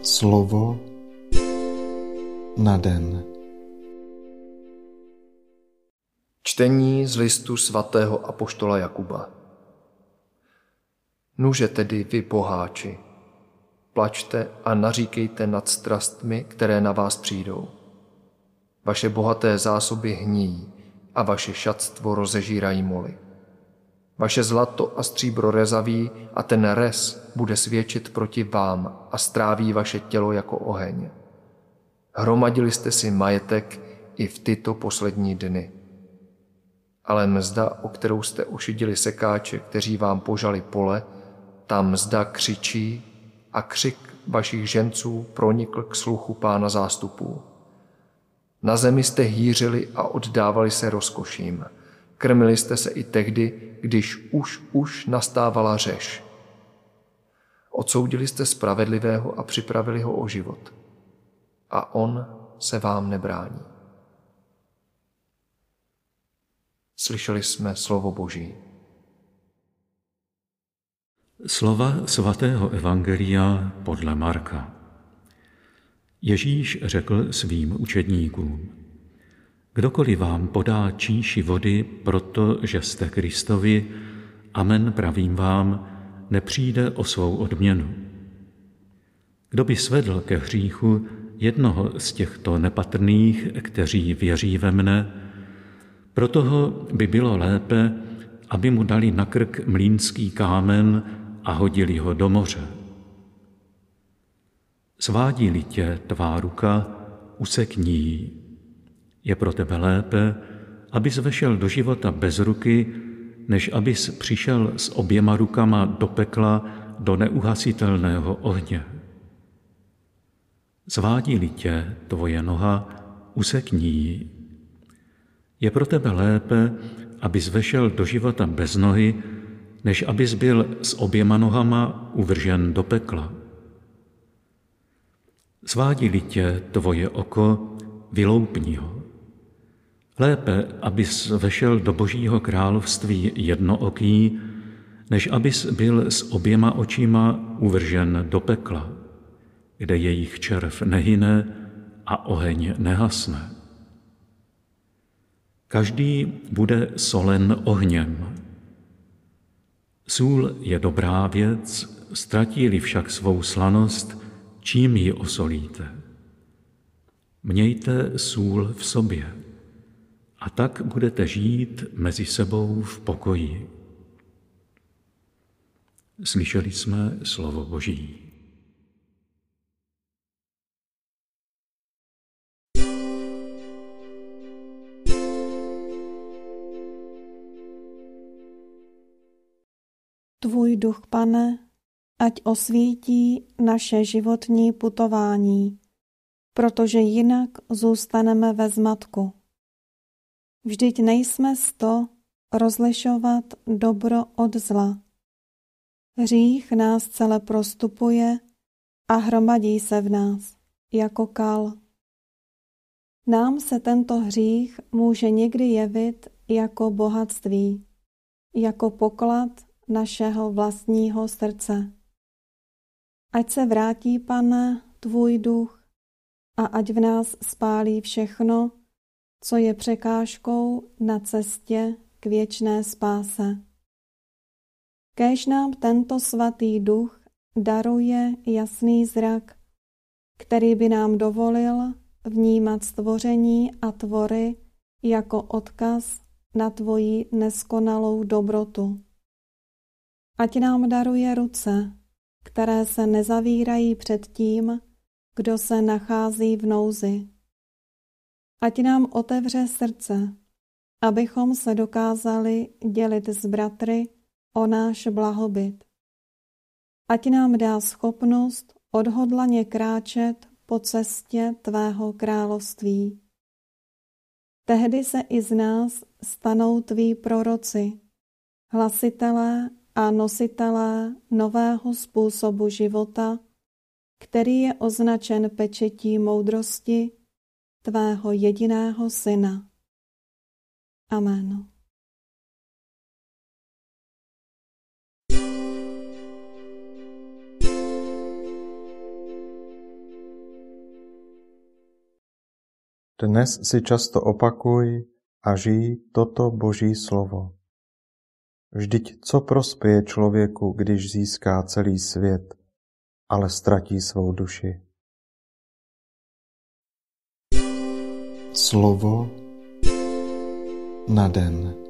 Slovo na den. Čtení z listu svatého apoštola Jakuba. Nuže tedy vy, boháči, plačte a naříkejte nad strastmi, které na vás přijdou. Vaše bohaté zásoby hníjí a vaše šatstvo rozežírají moly. Vaše zlato a stříbro rezaví a ten rez bude svědčit proti vám a stráví vaše tělo jako oheň. Hromadili jste si majetek i v tyto poslední dny. Ale mzda, o kterou jste ošidili sekáče, kteří vám požali pole, ta mzda křičí a křik vašich ženců pronikl k sluchu Pána zástupů. Na zemi jste hýřili a oddávali se rozkoším. Krmili jste se i tehdy, když už nastávala řeš. Odsoudili jste spravedlivého a připravili ho o život. A on se vám nebrání. Slyšeli jsme slovo Boží. Slova svatého evangelia podle Marka. Ježíš řekl svým učedníkům: Kdokoliv vám podá číši vody, protože jste Kristovi, amen pravím vám, nepřijde o svou odměnu. Kdo by svedl ke hříchu jednoho z těchto nepatrných, kteří věří ve mne, pro toho by bylo lépe, aby mu dali na krk mlýnský kámen a hodili ho do moře. Svádí-li tě tvá ruka, usekni ji. Je pro tebe lépe, abys vešel do života bez ruky, než abys přišel s oběma rukama do pekla, do neuhasitelného ohně. Svádí-li tě tvoje noha, usekni ji. Je pro tebe lépe, abys vešel do života bez nohy, než abys byl s oběma nohama uvržen do pekla. Svádí-li tě tvoje oko, vyloupni ho. Lépe, abys vešel do Božího království jednooký, než abys byl s oběma očima uvržen do pekla, kde jejich červ nehyne a oheň nehasne. Každý bude solen ohněm. Sůl je dobrá věc, ztratí-li však svou slanost, čím ji osolíte? Mějte sůl v sobě a tak budete žít mezi sebou v pokoji. Slyšeli jsme slovo Boží. Tvůj duch, Pane, ať osvítí naše životní putování, protože jinak zůstaneme ve zmatku. Vždyť nejsme sto rozlišovat dobro od zla. Hřích nás celé prostupuje a hromadí se v nás jako kal. Nám se tento hřích může někdy jevit jako bohatství, jako poklad našeho vlastního srdce. Ať se vrátí, Pane, tvůj duch a ať v nás spálí všechno, co je překážkou na cestě k věčné spáse. Kéž nám tento svatý duch daruje jasný zrak, který by nám dovolil vnímat stvoření a tvory jako odkaz na tvoji neskonalou dobrotu. Ať nám daruje ruce, které se nezavírají před tím, kdo se nachází v nouzi. Ať nám otevře srdce, abychom se dokázali dělit s bratry o náš blahobyt. Ať nám dá schopnost odhodlaně kráčet po cestě tvého království. Tehdy se i z nás stanou tví proroci, hlasitelé a nositelé nového způsobu života, který je označen pečetí moudrosti tvého jediného syna. Amen. Dnes si často opakuj a žij toto Boží slovo. Vždyť co prospěje člověku, když získá celý svět, ale ztratí svou duši? Slovo na den.